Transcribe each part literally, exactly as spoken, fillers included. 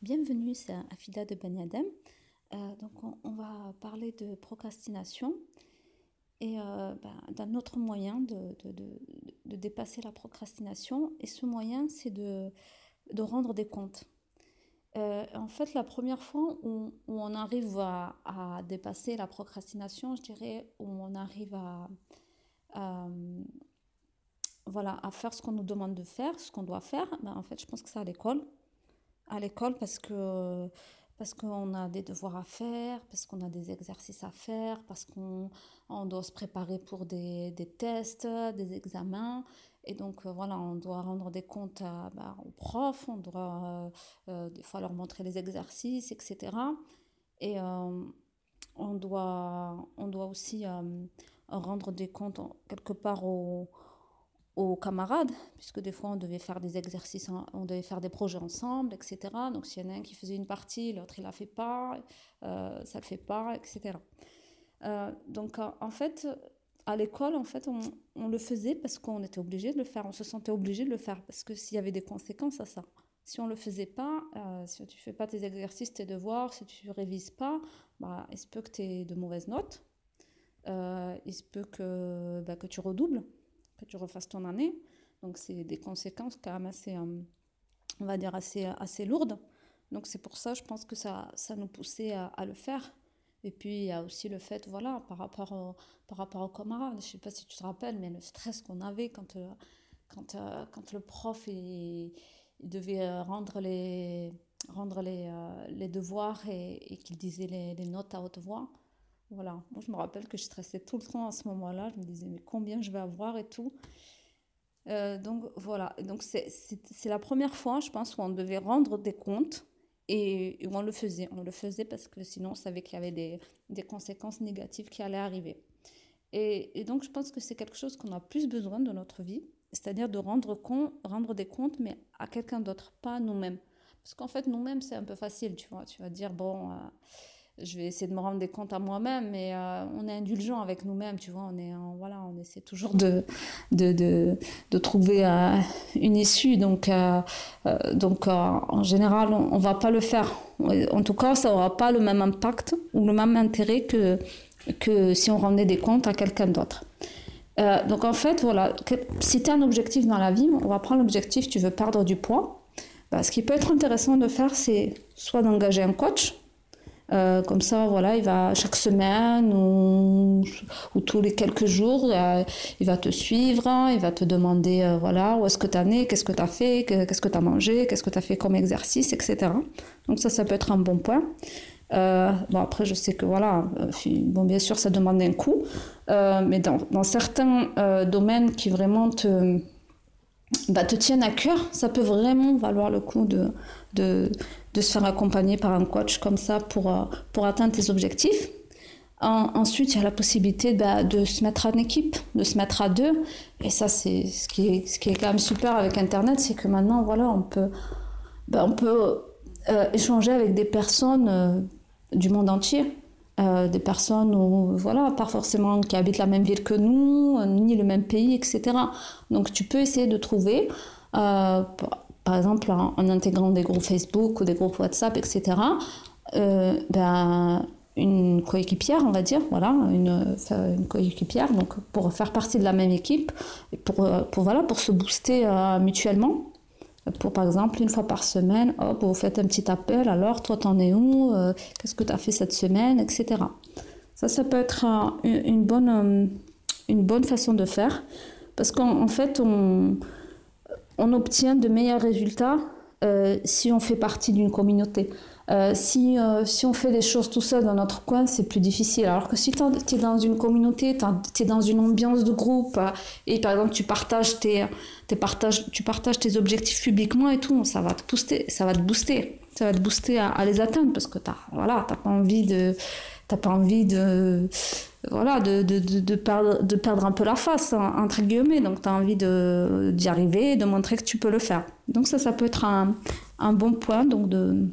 Bienvenue, c'est Afida de Ben Adem. Euh, donc on, on va parler de procrastination et euh, ben, d'un autre moyen de, de, de, de dépasser la procrastination. Et ce moyen, c'est de, de rendre des comptes. Euh, en fait, la première fois où, où on arrive à, à dépasser la procrastination, je dirais, où on arrive à, à, voilà, à faire ce qu'on nous demande de faire, ce qu'on doit faire, ben, en fait, je pense que c'est à l'école. À l'école parce que parce qu'on a des devoirs à faire, parce qu'on a des exercices à faire, parce qu'on on doit se préparer pour des, des tests, des examens. Et donc, euh, voilà, on doit rendre des comptes à, bah, aux profs, on doit euh, euh, des fois leur montrer les exercices, et cetera. Et euh, on doit, on doit aussi euh, rendre des comptes quelque part aux, aux camarades, puisque des fois on devait faire des exercices, on devait faire des projets ensemble, et cetera. Donc s'il y en a un qui faisait une partie, l'autre il la fait pas, euh, ça le fait pas, et cetera. Euh, donc en fait, à l'école, en fait, on, on le faisait parce qu'on était obligé de le faire, on se sentait obligé de le faire, parce que s'il y avait des conséquences à ça. Si on le faisait pas, euh, si tu fais pas tes exercices, tes devoirs, si tu révises pas, bah, il se peut que tu aies de mauvaises notes, euh, il se peut que, bah, que tu redoubles, que tu refasses ton année. Donc c'est des conséquences quand même assez, euh, on va dire assez, assez lourdes. Donc c'est pour ça, je pense que ça, ça nous poussait à, à le faire. Et puis il y a aussi le fait, voilà, par rapport, au, par rapport aux camarades, je sais pas si tu te rappelles, mais le stress qu'on avait quand, euh, quand, euh, quand le prof il, il devait rendre les, rendre les, euh, les devoirs et, et qu'il disait les, les notes à haute voix. Voilà, moi je me rappelle que je stressais tout le temps à ce moment-là, je me disais mais combien je vais avoir et tout. Euh, donc voilà, donc c'est, c'est, c'est la première fois, je pense, où on devait rendre des comptes et, et où on le faisait. On le faisait parce que sinon on savait qu'il y avait des, des conséquences négatives qui allaient arriver. Et, et donc je pense que c'est quelque chose qu'on a plus besoin de notre vie, c'est-à-dire de rendre, compte, rendre des comptes, mais à quelqu'un d'autre, pas à nous-mêmes. Parce qu'en fait, nous-mêmes, c'est un peu facile, tu vois. Tu vas dire, bon, euh, je vais essayer de me rendre des comptes à moi-même, mais euh, on est indulgent avec nous-mêmes, tu vois. On est, en, voilà, on essaie toujours de de de, de trouver euh, une issue. Donc euh, euh, donc euh, en général, on, on va pas le faire. En tout cas, ça aura pas le même impact ou le même intérêt que que si on rendait des comptes à quelqu'un d'autre. Euh, donc en fait, voilà, si tu as un objectif dans la vie, on va prendre l'objectif, tu veux perdre du poids. Bah, ce qui peut être intéressant de faire, c'est soit d'engager un coach. Euh, comme ça, voilà, il va chaque semaine ou, ou tous les quelques jours, euh, il va te suivre, il va te demander, euh, voilà, où est-ce que tu en es, qu'est-ce que tu as fait, qu'est-ce que tu as mangé, qu'est-ce que tu as fait comme exercice, et cetera. Donc ça, ça peut être un bon point. Euh, bon, après, je sais que, voilà, euh, bon, bien sûr, ça demande un coût, euh, mais dans, dans certains euh, domaines qui vraiment te bah, te tiennent à cœur, ça peut vraiment valoir le coup de, de, de se faire accompagner par un coach comme ça pour, euh, pour atteindre tes objectifs. En, ensuite, il y a la possibilité bah, de se mettre en équipe, de se mettre à deux. Et ça, c'est ce qui est, ce qui est quand même super avec Internet, c'est que maintenant, voilà, on peut, bah, on peut euh, échanger avec des personnes euh, du monde entier. Euh, des personnes où, voilà, pas forcément qui habitent la même ville que nous, ni le même pays, et cetera. Donc tu peux essayer de trouver, euh, par exemple en, en intégrant des groupes Facebook ou des groupes WhatsApp, et cetera, euh, ben, une coéquipière, on va dire, voilà, une, une coéquipière, donc pour faire partie de la même équipe, et pour, pour, voilà, pour se booster euh, mutuellement. Pour, par exemple, une fois par semaine, hop, vous faites un petit appel, alors toi t'en es où, euh, qu'est-ce que tu as fait cette semaine, et cetera. Ça, ça peut être euh, une, bonne, euh, une bonne façon de faire, parce qu'en en fait, on, on obtient de meilleurs résultats euh, si on fait partie d'une communauté. Euh, si, euh, si on fait des choses tout seul dans notre coin, c'est plus difficile. Alors que si tu es dans une communauté, tu es dans une ambiance de groupe, euh, et par exemple tu partages tes, tes partages, tu partages tes objectifs publiquement et tout, ça va te booster, ça va te booster, ça va te booster à, à les atteindre parce que t'as, voilà, t'as pas envie de, t'as pas envie de, voilà, de, de, de, de, perdre, de perdre un peu la face, hein, entre guillemets. Donc tu as envie de, d'y arriver et de montrer que tu peux le faire. Donc ça, ça peut être un, un bon point, donc de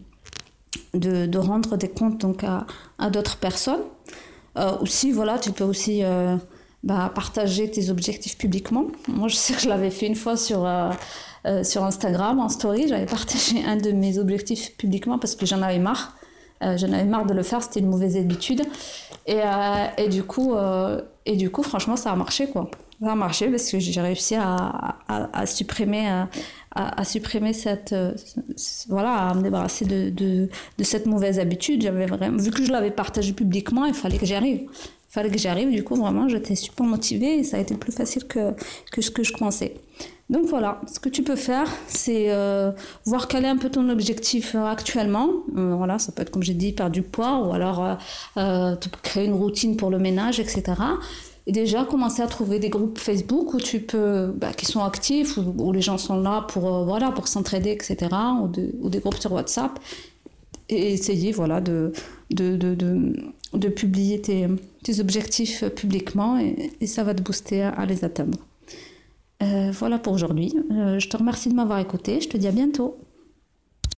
De, de rendre des comptes donc à, à d'autres personnes. Euh, aussi, voilà, tu peux aussi euh, bah, partager tes objectifs publiquement. Moi, je sais que je l'avais fait une fois sur, euh, euh, sur Instagram, en story. J'avais partagé un de mes objectifs publiquement parce que j'en avais marre. Euh, j'en avais marre de le faire, c'était une mauvaise habitude. Et, euh, et, du coup, euh, et du coup, franchement, ça a marché, quoi. Ça a marché parce que j'ai réussi à, à, à supprimer, à, à supprimer cette, euh, voilà, à me débarrasser de, de, de cette mauvaise habitude. J'avais vraiment, vu que je l'avais partagé publiquement, il fallait que j'y arrive. Il fallait que j'y arrive. Du coup, vraiment, j'étais super motivée et ça a été plus facile que, que ce que je pensais. Donc voilà, ce que tu peux faire, c'est euh, voir quel est un peu ton objectif euh, actuellement. Euh, voilà, ça peut être, comme j'ai dit, perdre du poids ou alors euh, euh, créer une routine pour le ménage, et cetera. Et déjà, commencer à trouver des groupes Facebook où tu peux, bah, qui sont actifs, où, où les gens sont là pour, euh, voilà, pour s'entraider, et cetera. Ou, de, ou des groupes sur WhatsApp. Et essayer, voilà, de, de, de, de, de publier tes, tes objectifs publiquement et, et ça va te booster à, à les atteindre. Euh, voilà pour aujourd'hui. Euh, je te remercie de m'avoir écouté. Je te dis à bientôt.